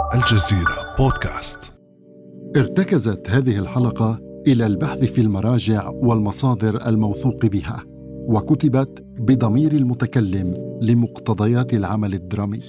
الجزيرة بودكاست. ارتكزت هذه الحلقة إلى البحث في المراجع والمصادر الموثوق بها، وكتبت بضمير المتكلم لمقتضيات العمل الدرامي.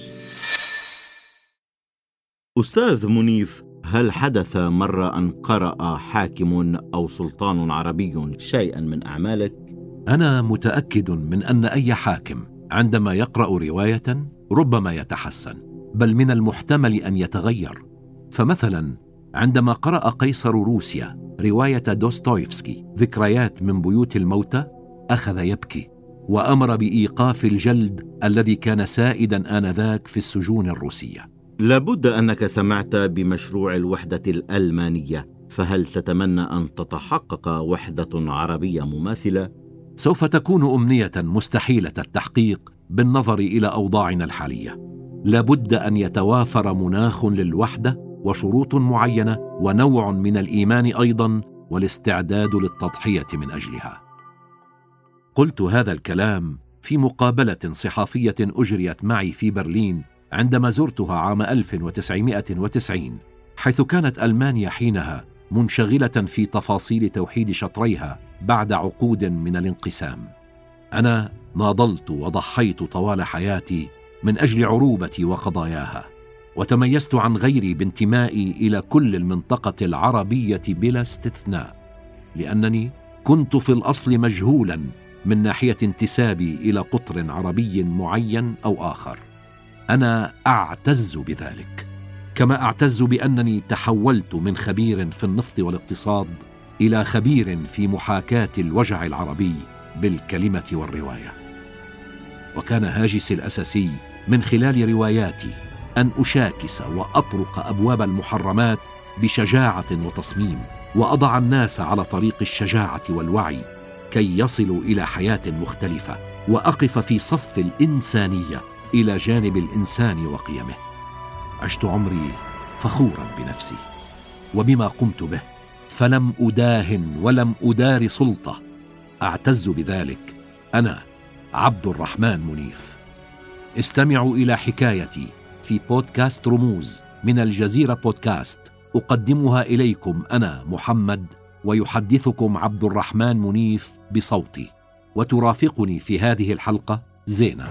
أستاذ منيف، هل حدث مرة أن قرأ حاكم أو سلطان عربي شيئا من أعمالك؟ أنا متأكد من أن أي حاكم عندما يقرأ رواية ربما يتحسن، بل من المحتمل أن يتغير. فمثلا عندما قرأ قيصر روسيا رواية دوستويفسكي ذكريات من بيوت الموتى أخذ يبكي، وأمر بإيقاف الجلد الذي كان سائدا آنذاك في السجون الروسية. لابد أنك سمعت بمشروع الوحدة الألمانية، فهل تتمنى أن تتحقق وحدة عربية مماثلة؟ سوف تكون أمنية مستحيلة التحقيق بالنظر إلى أوضاعنا الحالية. لابد أن يتوافر مناخ للوحدة وشروط معينة ونوع من الإيمان أيضا، والاستعداد للتضحية من أجلها. قلت هذا الكلام في مقابلة صحفية أجريت معي في برلين عندما زرتها عام 1990، حيث كانت ألمانيا حينها منشغلة في تفاصيل توحيد شطريها بعد عقود من الانقسام. أنا ناضلت وضحيت طوال حياتي من أجل عروبتي وقضاياها، وتميزت عن غيري بانتمائي إلى كل المنطقة العربية بلا استثناء، لأنني كنت في الأصل مجهولا من ناحية انتسابي إلى قطر عربي معين أو آخر. أنا أعتز بذلك، كما أعتز بأنني تحولت من خبير في النفط والاقتصاد إلى خبير في محاكاة الوجع العربي بالكلمة والرواية. وكان هاجسي الأساسي من خلال رواياتي أن أشاكس وأطرق أبواب المحرمات بشجاعة وتصميم، وأضع الناس على طريق الشجاعة والوعي كي يصلوا إلى حياة مختلفة، وأقف في صف الإنسانية إلى جانب الإنسان وقيمه. عشت عمري فخورا بنفسي وبما قمت به، فلم أداهن ولم أدار سلطة. أعتز بذلك. أنا عبد الرحمن منيف. استمعوا إلى حكايتي في بودكاست رموز من الجزيرة بودكاست، أقدمها إليكم أنا محمد، ويحدثكم عبد الرحمن منيف بصوتي، وترافقني في هذه الحلقة زينة.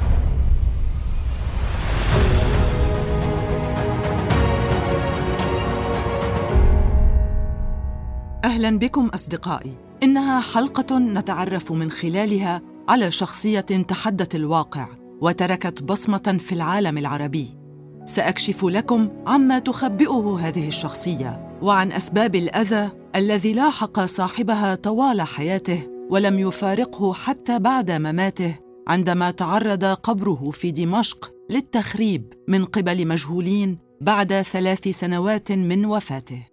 أهلا بكم أصدقائي. إنها حلقة نتعرف من خلالها على شخصية تحدت الواقع وتركت بصمة في العالم العربي. سأكشف لكم عما تخبئه هذه الشخصية، وعن أسباب الأذى الذي لاحق صاحبها طوال حياته ولم يفارقه حتى بعد مماته، عندما تعرض قبره في دمشق للتخريب من قبل مجهولين بعد 3 سنوات من وفاته.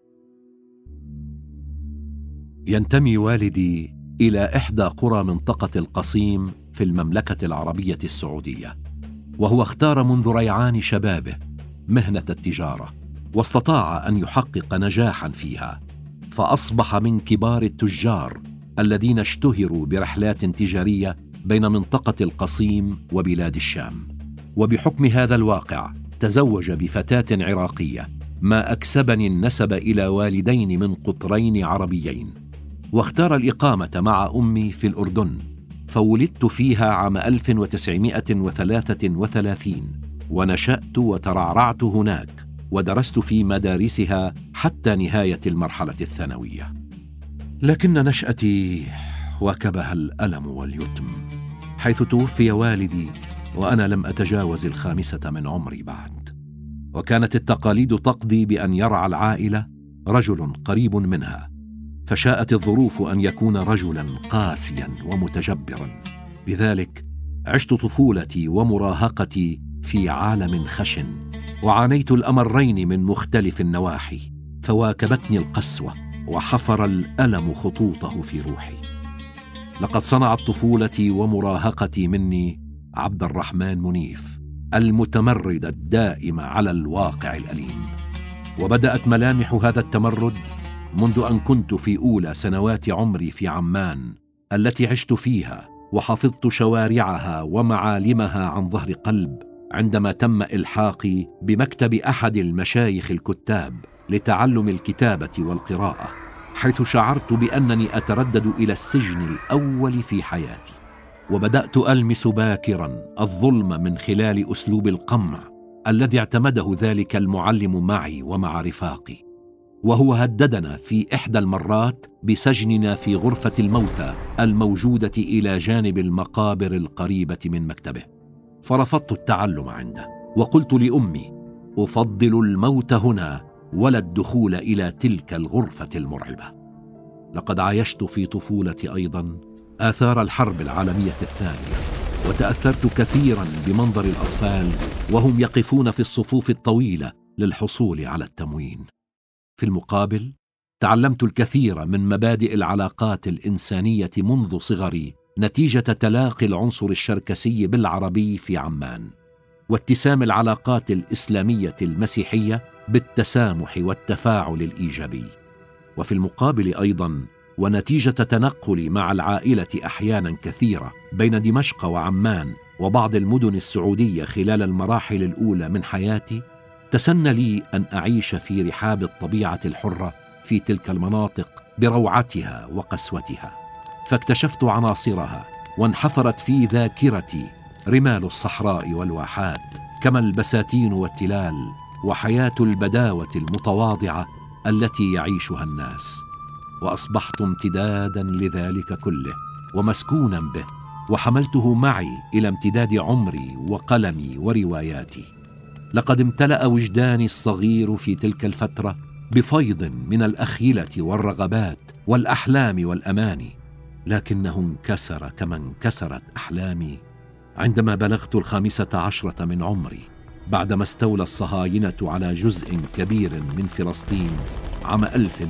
ينتمي والدي إلى إحدى قرى منطقة القصيم في المملكة العربية السعودية، وهو اختار منذ ريعان شبابه مهنة التجارة، واستطاع أن يحقق نجاحا فيها، فأصبح من كبار التجار الذين اشتهروا برحلات تجارية بين منطقة القصيم وبلاد الشام. وبحكم هذا الواقع تزوج بفتاة عراقية، ما أكسبني النسب إلى والدين من قطرين عربيين، واختار الإقامة مع أمي في الأردن، فولدت فيها عام 1933، ونشأت وترعرعت هناك، ودرست في مدارسها حتى نهاية المرحلة الثانوية. لكن نشأتي وكبها الألم واليتم، حيث توفي والدي وأنا لم أتجاوز 5 من عمري بعد. وكانت التقاليد تقضي بأن يرعى العائلة رجل قريب منها، فشاءت الظروف أن يكون رجلا قاسيا ومتجبرا. لذلك عشت طفولتي ومراهقتي في عالم خشن، وعانيت الأمرين من مختلف النواحي، فواكبتني القسوة وحفر الألم خطوطه في روحي. لقد صنعت طفولتي ومراهقتي مني عبد الرحمن منيف، المتمرد الدائم على الواقع الأليم. وبدأت ملامح هذا التمرد منذ أن كنت في أولى سنوات عمري في عمان التي عشت فيها، وحفظت شوارعها ومعالمها عن ظهر قلب، عندما تم إلحاقي بمكتب أحد المشايخ الكتاب لتعلم الكتابة والقراءة، حيث شعرت بأنني أتردد إلى السجن الأول في حياتي. وبدأت ألمس باكراً الظلم من خلال أسلوب القمع الذي اعتمده ذلك المعلم معي ومع رفاقي، وهو هددنا في إحدى المرات بسجننا في غرفة الموتى الموجودة إلى جانب المقابر القريبة من مكتبه. فرفضت التعلم عنده، وقلت لأمي: أفضل الموت هنا ولا الدخول إلى تلك الغرفة المرعبة. لقد عايشت في طفولتي أيضاً آثار الحرب العالمية الثانية، وتأثرت كثيراً بمنظر الأطفال وهم يقفون في الصفوف الطويلة للحصول على التموين. في المقابل، تعلمت الكثير من مبادئ العلاقات الإنسانية منذ صغري نتيجة تلاقي العنصر الشركسي بالعربي في عمان، واتسام العلاقات الإسلامية المسيحية بالتسامح والتفاعل الإيجابي. وفي المقابل أيضاً، ونتيجة تنقلي مع العائلة أحياناً كثيرة بين دمشق وعمان وبعض المدن السعودية خلال المراحل الأولى من حياتي، تسنى لي أن أعيش في رحاب الطبيعة الحرة في تلك المناطق بروعتها وقسوتها، فاكتشفت عناصرها وانحفرت في ذاكرتي رمال الصحراء والواحات، كما البساتين والتلال وحياة البداوة المتواضعة التي يعيشها الناس. وأصبحت امتداداً لذلك كله ومسكوناً به، وحملته معي إلى امتداد عمري وقلمي ورواياتي. لقد امتلأ وجداني الصغير في تلك الفترة بفيض من الأخيلة والرغبات والأحلام والأماني، لكنه انكسر كما انكسرت أحلامي عندما بلغت 15 من عمري، بعدما استولى الصهاينة على جزء كبير من فلسطين عام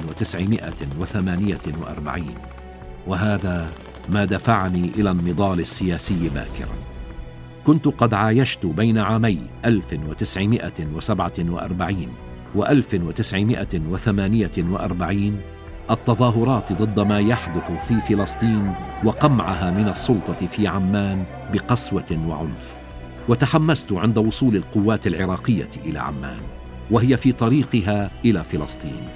1948، وهذا ما دفعني إلى النضال السياسي باكراً. كنت قد عايشت بين عامي 1947 و1948 التظاهرات ضد ما يحدث في فلسطين وقمعها من السلطة في عمان بقسوة وعنف، وتحمست عند وصول القوات العراقية إلى عمان وهي في طريقها إلى فلسطين.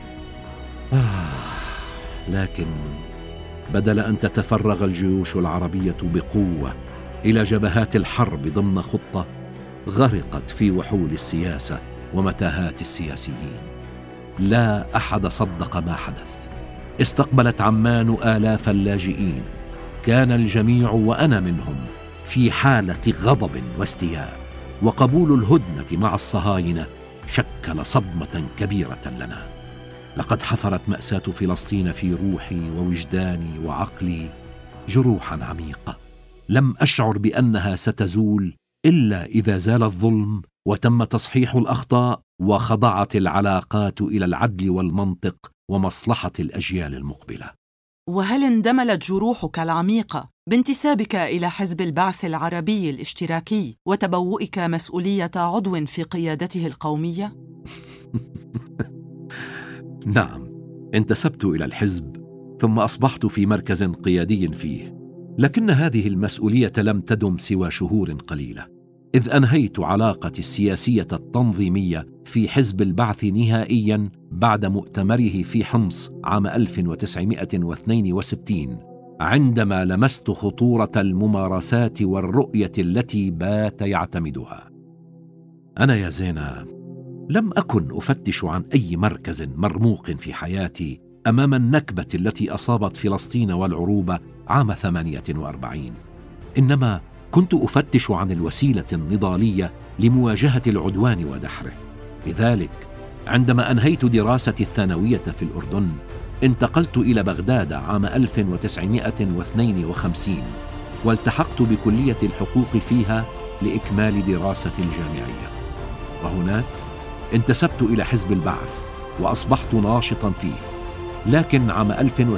لكن بدل أن تتفرغ الجيوش العربية بقوة إلى جبهات الحرب ضمن خطة، غرقت في وحول السياسة ومتاهات السياسيين. لا أحد صدق ما حدث. استقبلت عمان آلاف اللاجئين، كان الجميع وأنا منهم في حالة غضب واستياء، وقبول الهدنة مع الصهاينة شكل صدمة كبيرة لنا. لقد حفرت مأساة فلسطين في روحي ووجداني وعقلي جروحا عميقة، لم أشعر بأنها ستزول إلا إذا زال الظلم وتم تصحيح الأخطاء وخضعت العلاقات إلى العدل والمنطق ومصلحة الأجيال المقبلة. وهل اندملت جروحك العميقة بانتسابك إلى حزب البعث العربي الاشتراكي وتبوئك مسؤولية عضو في قيادته القومية؟ نعم، انتسبت إلى الحزب ثم أصبحت في مركز قيادي فيه، لكن هذه المسؤولية لم تدم سوى شهور قليلة، إذ أنهيت علاقتي السياسية التنظيمية في حزب البعث نهائياً بعد مؤتمره في حمص عام 1962، عندما لمست خطورة الممارسات والرؤية التي بات يعتمدها. أنا يا زينة لم أكن أفتش عن أي مركز مرموق في حياتي أمام النكبة التي أصابت فلسطين والعروبة عام 48، إنما كنت أفتش عن الوسيلة النضالية لمواجهة العدوان ودحره. لذلك عندما أنهيت دراستي الثانوية في الأردن، انتقلت إلى بغداد عام 1952 والتحقت بكلية الحقوق فيها لإكمال دراستي الجامعية، وهناك انتسبت إلى حزب البعث وأصبحت ناشطا فيه. لكن عام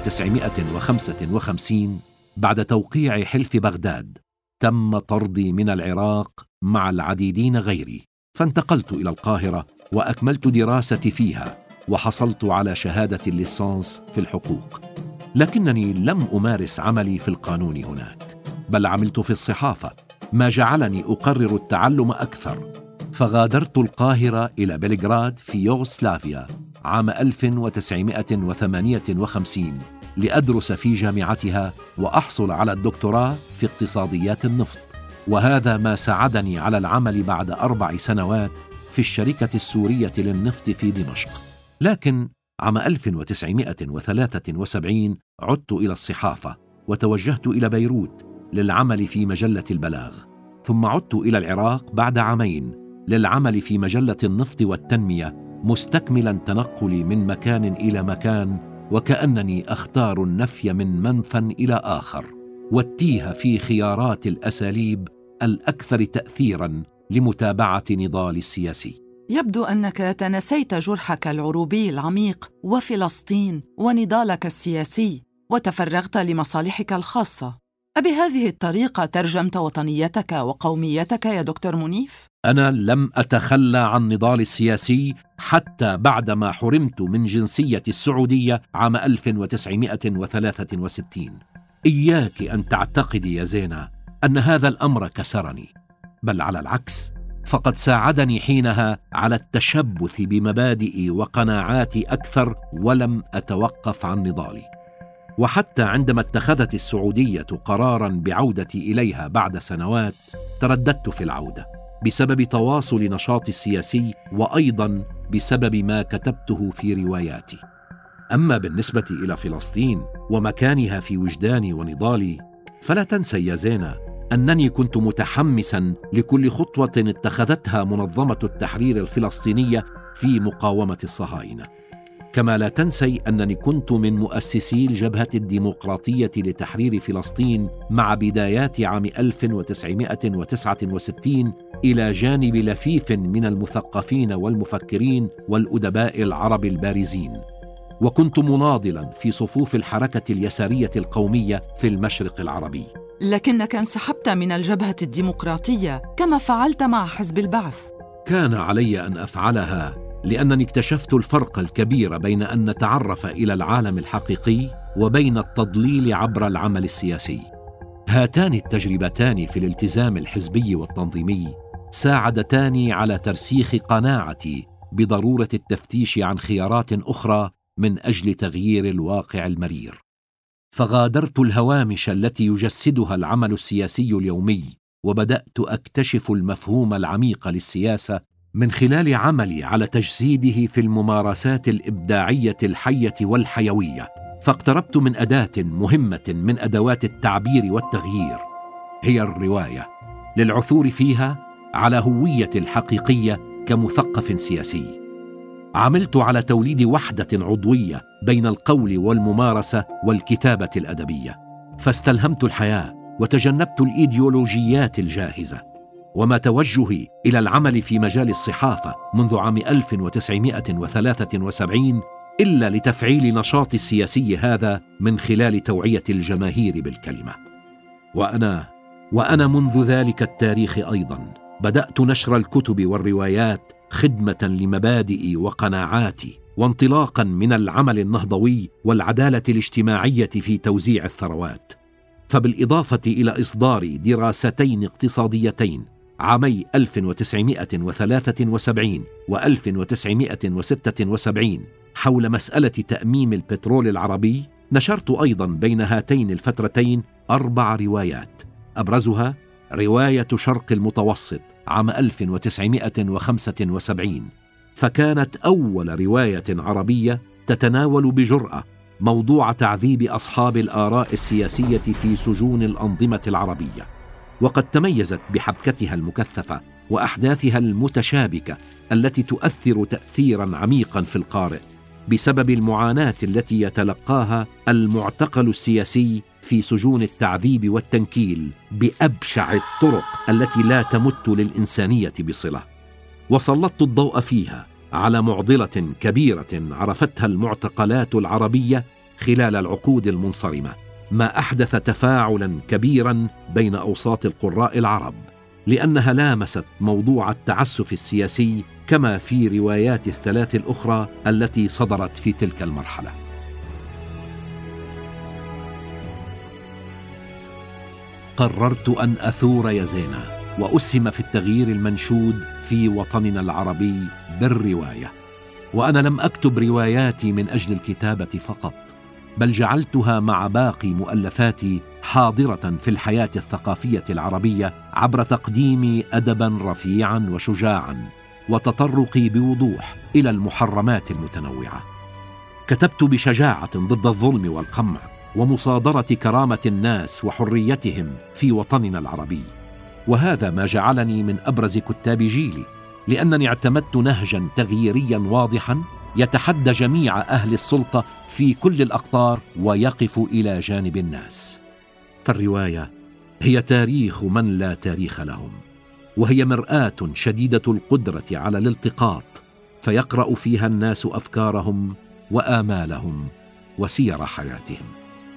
1955 بعد توقيع حلف بغداد تم طردي من العراق مع العديدين غيري، فانتقلت إلى القاهرة وأكملت دراستي فيها وحصلت على شهادة الليسانس في الحقوق. لكنني لم أمارس عملي في القانون هناك، بل عملت في الصحافة ما جعلني أقرر التعلم أكثر، فغادرت القاهرة إلى بلغراد في يوغوسلافيا عام 1958 لأدرس في جامعتها وأحصل على الدكتوراه في اقتصاديات النفط، وهذا ما ساعدني على العمل بعد 4 سنوات في الشركة السورية للنفط في دمشق. لكن عام 1973 عدت إلى الصحافة وتوجهت إلى بيروت للعمل في مجلة البلاغ، ثم عدت إلى العراق بعد 2 عام للعمل في مجلة النفط والتنمية، مستكملا تنقلي من مكان إلى مكان، وكأنني أختار النفي من منفى إلى آخر والتيه في خيارات الأساليب الأكثر تأثيرا لمتابعة نضالي السياسي. يبدو أنك تنسيت جرحك العروبي العميق وفلسطين ونضالك السياسي وتفرغت لمصالحك الخاصة. أبهذه الطريقة ترجمت وطنيتك وقوميتك يا دكتور منيف؟ أنا لم أتخلى عن نضالي السياسي حتى بعدما حرمت من جنسية السعودية عام 1963. إياك أن تعتقدي يا زينة أن هذا الأمر كسرني، بل على العكس، فقد ساعدني حينها على التشبث بمبادئي وقناعاتي أكثر، ولم أتوقف عن نضالي. وحتى عندما اتخذت السعودية قراراً بعودتي إليها بعد سنوات، ترددت في العودة بسبب تواصل نشاطي السياسي، وأيضاً بسبب ما كتبته في رواياتي. أما بالنسبة إلى فلسطين ومكانها في وجداني ونضالي، فلا تنسي يا زينة أنني كنت متحمساً لكل خطوة اتخذتها منظمة التحرير الفلسطينية في مقاومة الصهاينة. كما لا تنسي أنني كنت من مؤسسي الجبهة الديمقراطية لتحرير فلسطين مع بدايات عام 1969 إلى جانب لفيف من المثقفين والمفكرين والأدباء العرب البارزين، وكنت مناضلاً في صفوف الحركة اليسارية القومية في المشرق العربي. لكنك انسحبت من الجبهة الديمقراطية كما فعلت مع حزب البعث. كان علي أن أفعلها لأنني اكتشفت الفرق الكبير بين أن نتعرف إلى العالم الحقيقي وبين التضليل عبر العمل السياسي. هاتان التجربتان في الالتزام الحزبي والتنظيمي ساعدتاني على ترسيخ قناعتي بضرورة التفتيش عن خيارات أخرى من أجل تغيير الواقع المرير. فغادرت الهوامش التي يجسدها العمل السياسي اليومي، وبدأت أكتشف المفهوم العميق للسياسة من خلال عملي على تجسيده في الممارسات الإبداعية الحية والحيوية. فاقتربت من أداة مهمة من أدوات التعبير والتغيير، هي الرواية، للعثور فيها على هويتي الحقيقية كمثقف سياسي. عملت على توليد وحدة عضوية بين القول والممارسة والكتابة الأدبية، فاستلهمت الحياة وتجنبت الإيديولوجيات الجاهزة. وما توجهي إلى العمل في مجال الصحافة منذ عام 1973 إلا لتفعيل نشاطي السياسي هذا من خلال توعية الجماهير بالكلمة. وأنا منذ ذلك التاريخ أيضا بدأت نشر الكتب والروايات خدمة لمبادئي وقناعاتي، وانطلاقا من العمل النهضوي والعدالة الاجتماعية في توزيع الثروات. فبالإضافة إلى إصدار دراستين اقتصاديتين عامي 1973 و1976 حول مسألة تأميم البترول العربي، نشرت أيضا بين هاتين الفترتين 4 روايات، أبرزها رواية شرق المتوسط عام 1975، فكانت أول رواية عربية تتناول بجرأة موضوع تعذيب أصحاب الآراء السياسية في سجون الأنظمة العربية، وقد تميزت بحبكتها المكثفة وأحداثها المتشابكة التي تؤثر تأثيرا عميقا في القارئ بسبب المعاناة التي يتلقاها المعتقل السياسي في سجون التعذيب والتنكيل بأبشع الطرق التي لا تمت للإنسانية بصلة. وسلطت الضوء فيها على معضلة كبيرة عرفتها المعتقلات العربية خلال العقود المنصرمة، ما أحدث تفاعلا كبيرا بين أوساط القراء العرب، لأنها لامست موضوع التعسف السياسي كما في روايات الثلاث الأخرى التي صدرت في تلك المرحلة. قررت أن أثور يا زينة وأسهم في التغيير المنشود في وطننا العربي بالرواية. وأنا لم أكتب رواياتي من أجل الكتابة فقط، بل جعلتها مع باقي مؤلفاتي حاضرة في الحياة الثقافية العربية عبر تقديمي أدبا رفيعا وشجاعا وتطرقي بوضوح إلى المحرمات المتنوعة. كتبت بشجاعة ضد الظلم والقمع ومصادرة كرامة الناس وحريتهم في وطننا العربي، وهذا ما جعلني من أبرز كتاب جيلي، لأنني اعتمدت نهجا تغييريا واضحا يتحدى جميع أهل السلطة في كل الأقطار ويقف إلى جانب الناس. فالرواية هي تاريخ من لا تاريخ لهم، وهي مرآة شديدة القدرة على الالتقاط، فيقرأ فيها الناس أفكارهم وآمالهم وسير حياتهم.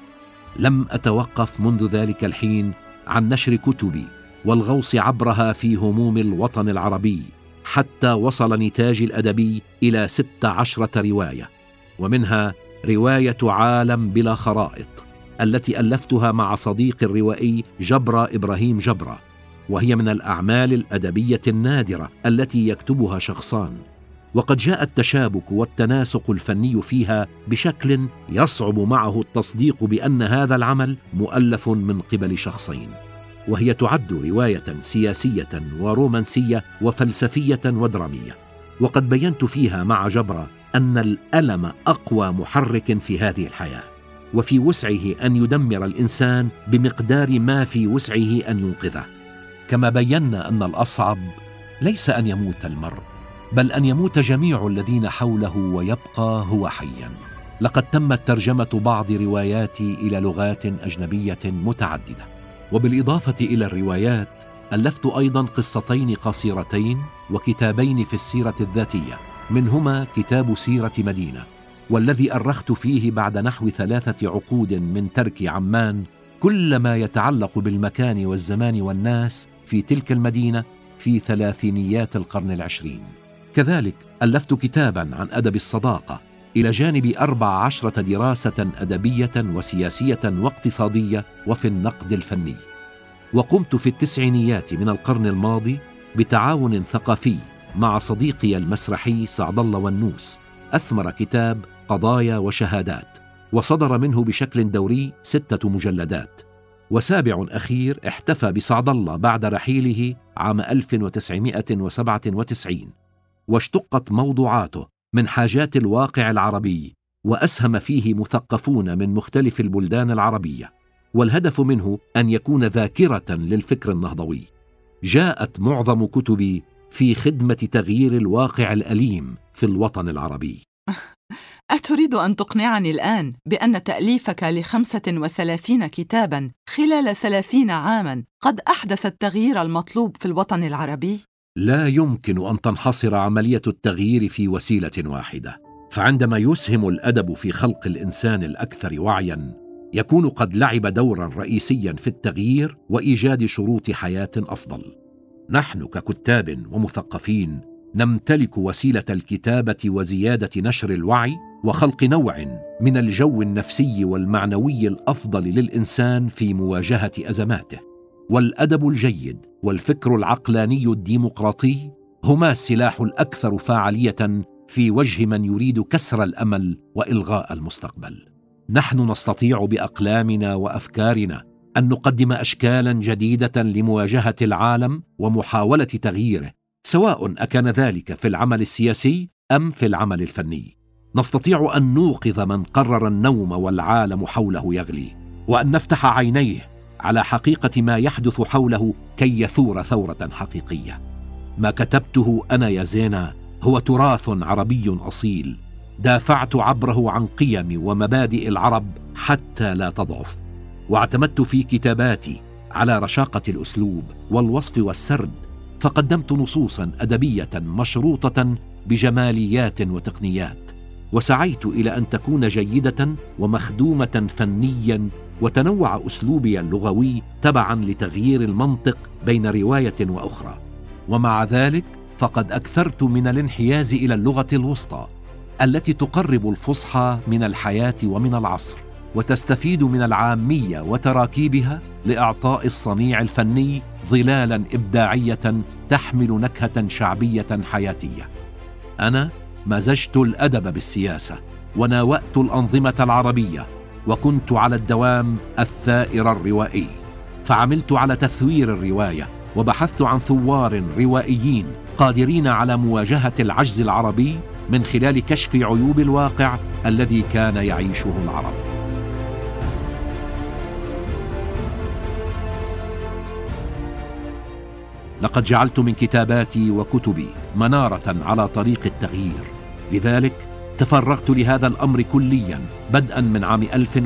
لم أتوقف منذ ذلك الحين عن نشر كتبي والغوص عبرها في هموم الوطن العربي، حتى وصل نتاجي الأدبي إلى 16 رواية، ومنها رواية عالم بلا خرائط التي ألفتها مع صديق الروائي جبرة إبراهيم جبرة، وهي من الأعمال الأدبية النادرة التي يكتبها شخصان، وقد جاء التشابك والتناسق الفني فيها بشكل يصعب معه التصديق بأن هذا العمل مؤلف من قبل شخصين. وهي تعد رواية سياسية ورومانسية وفلسفية ودرامية، وقد بينت فيها مع جبرة أن الألم أقوى محرك في هذه الحياة، وفي وسعه أن يدمر الإنسان بمقدار ما في وسعه أن ينقذه. كما بينا أن الأصعب ليس أن يموت المرء، بل أن يموت جميع الذين حوله ويبقى هو حيا. لقد تمت ترجمة بعض رواياتي إلى لغات أجنبية متعددة، وبالإضافة إلى الروايات ألفت أيضا قصتين قصيرتين وكتابين في السيرة الذاتية، منهما كتاب سيرة مدينة، والذي أرخت فيه بعد نحو 3 عقود من ترك عمان كل ما يتعلق بالمكان والزمان والناس في تلك المدينة في ثلاثينيات القرن العشرين. كذلك ألفت كتابا عن أدب الصداقة إلى جانب 14 دراسة أدبية وسياسية واقتصادية وفي النقد الفني. وقمت في التسعينيات من القرن الماضي بتعاون ثقافي مع صديقي المسرحي سعد الله والنوس، أثمر كتاب قضايا وشهادات، وصدر منه بشكل دوري 6 مجلدات. وسابع أخير احتفى بسعد الله بعد رحيله عام 1997، واشتقت موضوعاته من حاجات الواقع العربي، وأسهم فيه مثقفون من مختلف البلدان العربية، والهدف منه أن يكون ذاكرة للفكر النهضوي. جاءت معظم كتبي في خدمة تغيير الواقع الأليم في الوطن العربي. أتريد أن تقنعني الآن بأن تأليفك ل35 كتاباً خلال 30 عاماً قد أحدث التغيير المطلوب في الوطن العربي؟ لا يمكن أن تنحصر عملية التغيير في وسيلة واحدة، فعندما يسهم الأدب في خلق الإنسان الأكثر وعياً يكون قد لعب دوراً رئيسياً في التغيير وإيجاد شروط حياة أفضل. نحن ككتاب ومثقفين نمتلك وسيلة الكتابة وزيادة نشر الوعي وخلق نوع من الجو النفسي والمعنوي الأفضل للإنسان في مواجهة أزماته. والأدب الجيد والفكر العقلاني الديمقراطي هما السلاح الأكثر فاعلية في وجه من يريد كسر الأمل وإلغاء المستقبل. نحن نستطيع بأقلامنا وأفكارنا أن نقدم أشكالا جديدة لمواجهة العالم ومحاولة تغييره، سواء أكان ذلك في العمل السياسي أم في العمل الفني. نستطيع أن نوقظ من قرر النوم والعالم حوله يغلي، وأن نفتح عينيه على حقيقة ما يحدث حوله كي يثور ثورة حقيقية. ما كتبته أنا يا زينة هو تراث عربي أصيل، دافعت عبره عن قيم ومبادئ العرب حتى لا تضعف، واعتمدت في كتاباتي على رشاقة الأسلوب والوصف والسرد، فقدمت نصوصا أدبية مشروطة بجماليات وتقنيات، وسعيت إلى أن تكون جيدة ومخدومة فنيا، وتنوع أسلوبي اللغوي تبعا لتغيير المنطق بين رواية وأخرى. ومع ذلك فقد أكثرت من الانحياز إلى اللغة الوسطى التي تقرب الفصحى من الحياة ومن العصر، وتستفيد من العامية وتراكيبها لإعطاء الصنيع الفني ظلالاً إبداعية تحمل نكهة شعبية حياتية. أنا مزجت الأدب بالسياسة وناوأت الأنظمة العربية، وكنت على الدوام الثائر الروائي، فعملت على تثوير الرواية وبحثت عن ثوار روائيين قادرين على مواجهة العجز العربي من خلال كشف عيوب الواقع الذي كان يعيشه العرب. لقد جعلت من كتاباتي وكتبي منارة على طريق التغيير، لذلك تفرغت لهذا الأمر كلياً بدءاً من عام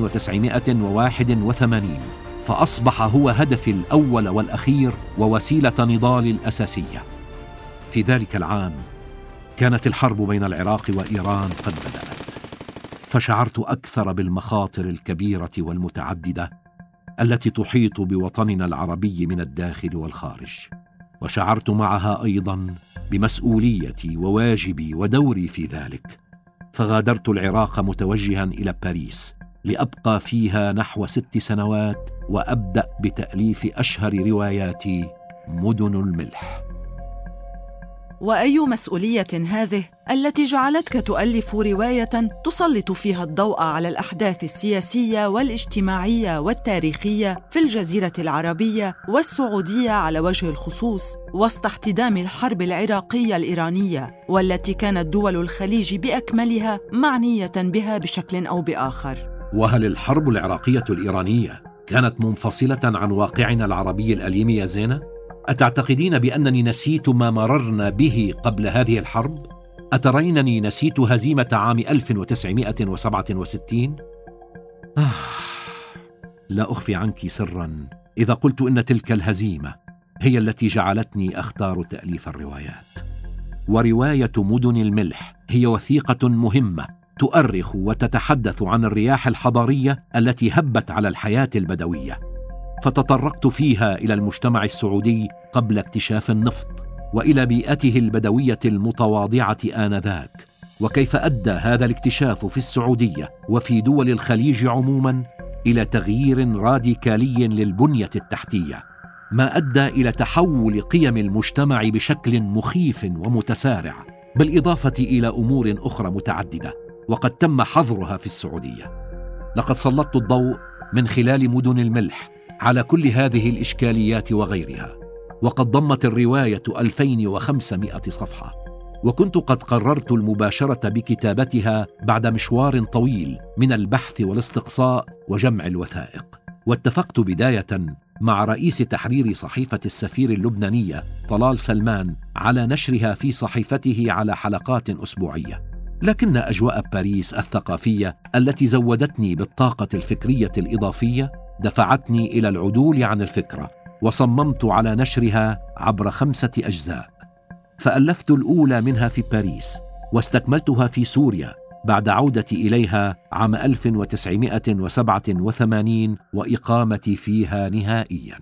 1981، فأصبح هو هدفي الأول والأخير ووسيلة نضالي الأساسية. في ذلك العام كانت الحرب بين العراق وإيران قد بدأت، فشعرت أكثر بالمخاطر الكبيرة والمتعددة التي تحيط بوطننا العربي من الداخل والخارج، وشعرت معها أيضاً بمسؤوليتي وواجبي ودوري في ذلك، فغادرت العراق متوجهاً إلى باريس لأبقى فيها نحو 6 سنوات وأبدأ بتأليف أشهر رواياتي مدن الملح. وأي مسؤولية هذه التي جعلتك تؤلف رواية تسلط فيها الضوء على الأحداث السياسية والاجتماعية والتاريخية في الجزيرة العربية والسعودية على وجه الخصوص، وسط احتدام الحرب العراقية الإيرانية، والتي كانت دول الخليج بأكملها معنية بها بشكل أو بآخر؟ وهل الحرب العراقية الإيرانية كانت منفصلة عن واقعنا العربي الأليم يا زينة؟ أتعتقدين بأنني نسيت ما مررنا به قبل هذه الحرب؟ أترينني نسيت هزيمة عام 1967؟ لا أخفي عنك سراً إذا قلت إن تلك الهزيمة هي التي جعلتني أختار تأليف الروايات. ورواية مدن الملح هي وثيقة مهمة تؤرخ وتتحدث عن الرياح الحضارية التي هبت على الحياة البدوية، فتطرقت فيها إلى المجتمع السعودي قبل اكتشاف النفط، وإلى بيئته البدوية المتواضعة آنذاك، وكيف أدى هذا الاكتشاف في السعودية وفي دول الخليج عموماً إلى تغيير راديكالي للبنية التحتية، ما أدى إلى تحول قيم المجتمع بشكل مخيف ومتسارع، بالإضافة إلى أمور أخرى متعددة وقد تم حظرها في السعودية. لقد سلطت الضوء من خلال مدن الملح على كل هذه الإشكاليات وغيرها، وقد ضمت الرواية 2500 صفحة، وكنت قد قررت المباشرة بكتابتها بعد مشوار طويل من البحث والاستقصاء وجمع الوثائق. واتفقت بداية مع رئيس تحرير صحيفة السفير اللبنانية طلال سلمان على نشرها في صحيفته على حلقات أسبوعية، لكن أجواء باريس الثقافية التي زودتني بالطاقة الفكرية الإضافية دفعتني إلى العدول عن الفكرة، وصممت على نشرها عبر 5 أجزاء. فألفت الأولى منها في باريس، واستكملتها في سوريا بعد عودتي إليها عام 1987 وإقامتي فيها نهائياً.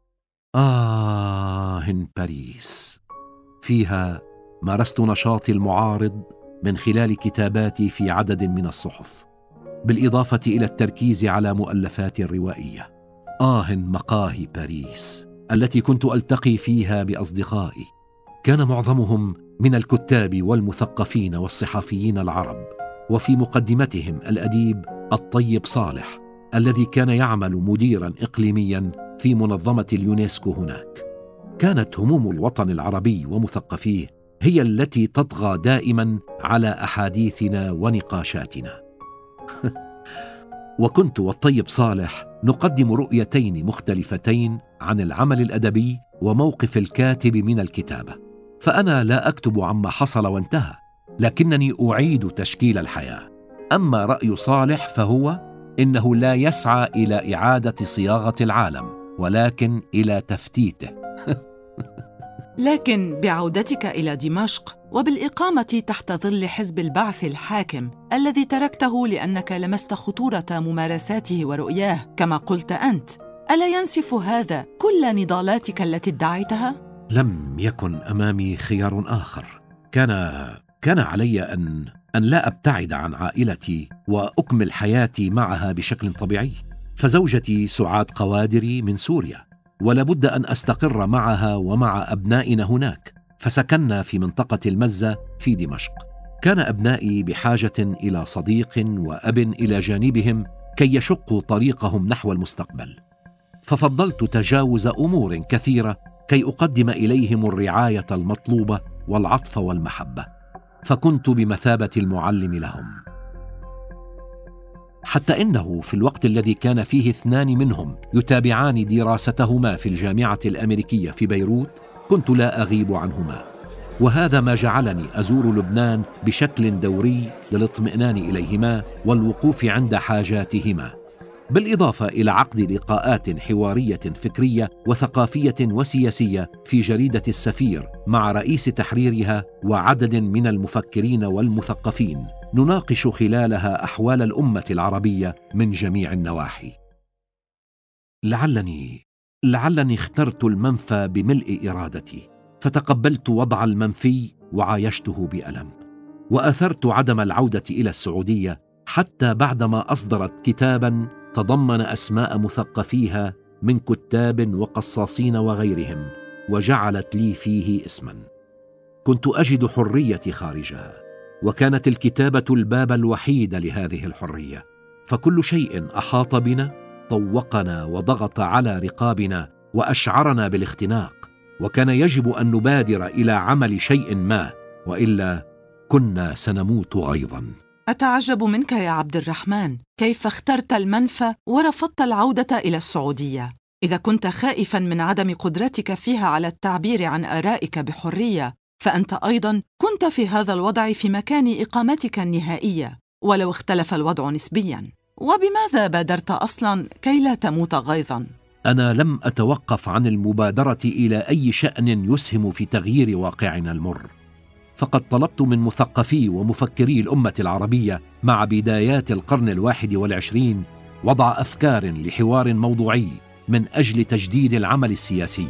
باريس، فيها مارست نشاطي المعارض من خلال كتاباتي في عدد من الصحف، بالإضافة إلى التركيز على مؤلفات روائية. مقاهي باريس التي كنت ألتقي فيها بأصدقائي كان معظمهم من الكتاب والمثقفين والصحفيين العرب، وفي مقدمتهم الأديب الطيب صالح الذي كان يعمل مديراً إقليمياً في منظمة اليونسكو هناك. كانت هموم الوطن العربي ومثقفيه هي التي تطغى دائماً على أحاديثنا ونقاشاتنا. وكنت والطيب صالح نقدم رؤيتين مختلفتين عن العمل الأدبي وموقف الكاتب من الكتابة، فأنا لا أكتب عما حصل وانتهى، لكنني أعيد تشكيل الحياة. أما رأي صالح فهو إنه لا يسعى إلى إعادة صياغة العالم، ولكن إلى تفتيته. لكن بعودتك إلى دمشق وبالإقامة تحت ظل حزب البعث الحاكم الذي تركته لأنك لمست خطورة ممارساته ورؤياه كما قلت أنت، ألا ينسف هذا كل نضالاتك التي ادعيتها؟ لم يكن أمامي خيار آخر. كان كان علي أن لا أبتعد عن عائلتي وأكمل حياتي معها بشكل طبيعي، فزوجتي سعاد قوادري من سوريا، ولابد أن أستقر معها ومع أبنائنا هناك، فسكننا في منطقة المزة في دمشق. كان أبنائي بحاجة إلى صديق وأب إلى جانبهم كي يشقوا طريقهم نحو المستقبل، ففضلت تجاوز أمور كثيرة كي أقدم إليهم الرعاية المطلوبة والعطف والمحبة، فكنت بمثابة المعلم لهم. حتى إنه في الوقت الذي كان فيه 2 منهم يتابعان دراستهما في الجامعة الأمريكية في بيروت كنت لا أغيب عنهما، وهذا ما جعلني أزور لبنان بشكل دوري للاطمئنان إليهما والوقوف عند حاجاتهما، بالإضافة إلى عقد لقاءات حوارية فكرية وثقافية وسياسية في جريدة السفير مع رئيس تحريرها وعدد من المفكرين والمثقفين، نناقش خلالها أحوال الأمة العربية من جميع النواحي. لعلني اخترت المنفى بملء إرادتي، فتقبلت وضع المنفي وعايشته بألم، وأثرت عدم العودة إلى السعودية حتى بعدما أصدرت كتاباً تضمن أسماء مثقفيها من كتاب وقصاصين وغيرهم، وجعلت لي فيه اسماً. كنت أجد حريتي خارجها، وكانت الكتابة الباب الوحيد لهذه الحرية، فكل شيء أحاط بنا طوقنا وضغط على رقابنا وأشعرنا بالاختناق، وكان يجب أن نبادر إلى عمل شيء ما، وإلا كنا سنموت غيظاً. أتعجب منك يا عبد الرحمن، كيف اخترت المنفى ورفضت العودة إلى السعودية؟ إذا كنت خائفاً من عدم قدرتك فيها على التعبير عن آرائك بحرية، فأنت أيضاً كنت في هذا الوضع في مكان إقامتك النهائية، ولو اختلف الوضع نسبياً. وبماذا بادرت أصلاً كي لا تموت غيظاً؟ أنا لم أتوقف عن المبادرة إلى أي شأن يسهم في تغيير واقعنا المر، فقد طلبت من مثقفي ومفكري الأمة العربية مع بدايات القرن 21 وضع أفكار لحوار موضوعي من أجل تجديد العمل السياسي،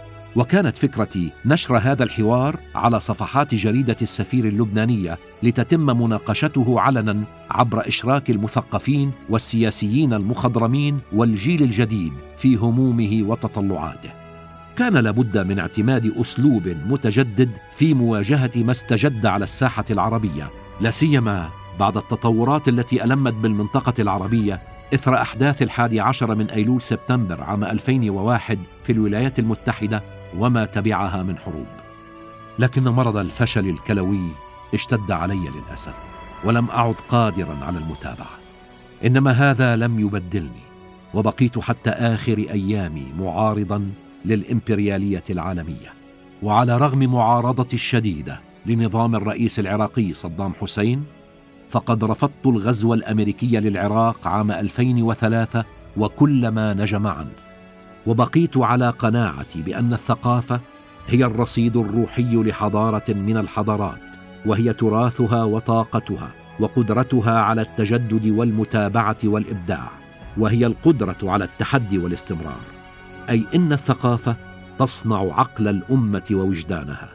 وكانت فكرتي نشر هذا الحوار على صفحات جريدة السفير اللبنانية لتتم مناقشته علناً عبر إشراك المثقفين والسياسيين المخضرمين والجيل الجديد في همومه وتطلعاته. كان لابد من اعتماد أسلوب متجدد في مواجهة ما استجد على الساحة العربية، لا سيما بعد التطورات التي ألمت بالمنطقة العربية إثر أحداث 11 من أيلول سبتمبر عام 2001 في الولايات المتحدة وما تبعها من حروب. لكن مرض الفشل الكلوي اشتد علي للأسف، ولم أعد قادرا على المتابعة. إنما هذا لم يبدلني، وبقيت حتى آخر أيامي معارضا للإمبريالية العالمية، وعلى رغم معارضتي الشديدة لنظام الرئيس العراقي صدام حسين، فقد رفضت الغزو الأمريكي للعراق عام 2003 وكل ما نج معا، وبقيت على قناعتي بأن الثقافة هي الرصيد الروحي لحضارة من الحضارات، وهي تراثها وطاقتها وقدرتها على التجدد والمتابعة والإبداع، وهي القدرة على التحدي والاستمرار، أي إن الثقافة تصنع عقل الأمة ووجدانها.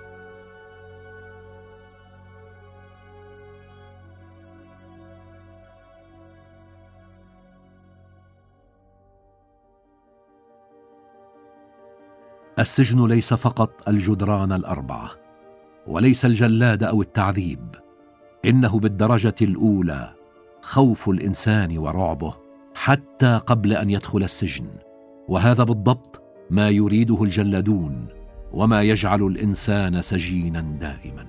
السجن ليس فقط الجدران الأربعة، وليس الجلاد أو التعذيب، إنه بالدرجة الأولى خوف الإنسان ورعبه حتى قبل أن يدخل السجن، وهذا بالضبط ما يريده الجلادون وما يجعل الإنسان سجينا دائما.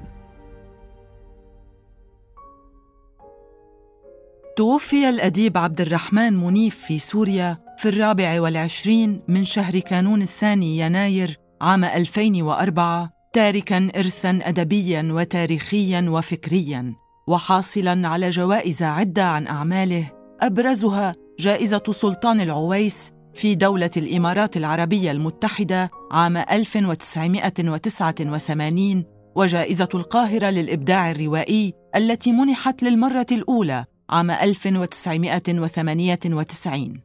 توفي الأديب عبد الرحمن منيف في سوريا في 24 من شهر كانون الثاني يناير عام 2004، تاركاً إرثاً أدبياً وتاريخياً وفكرياً، وحاصلاً على جوائز عدة عن أعماله، أبرزها جائزة سلطان العويس في دولة الإمارات العربية المتحدة عام 1989، وجائزة القاهرة للإبداع الروائي التي منحت للمرة الأولى عام 1998.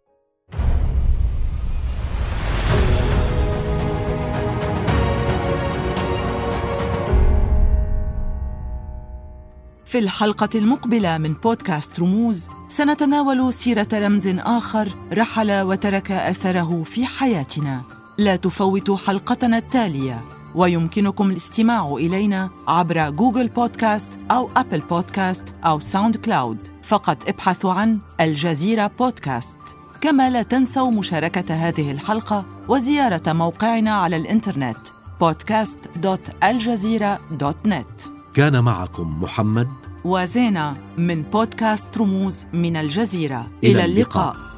في الحلقة المقبلة من بودكاست رموز سنتناول سيرة رمز آخر رحل وترك أثره في حياتنا. لا تفوتوا حلقتنا التالية، ويمكنكم الاستماع إلينا عبر جوجل بودكاست أو أبل بودكاست أو ساوند كلاود. فقط ابحثوا عن الجزيرة بودكاست. كما لا تنسوا مشاركة هذه الحلقة وزيارة موقعنا على الإنترنت podcast.aljazeera.net. كان معكم محمد وزينة من بودكاست رموز من الجزيرة. إلى اللقاء.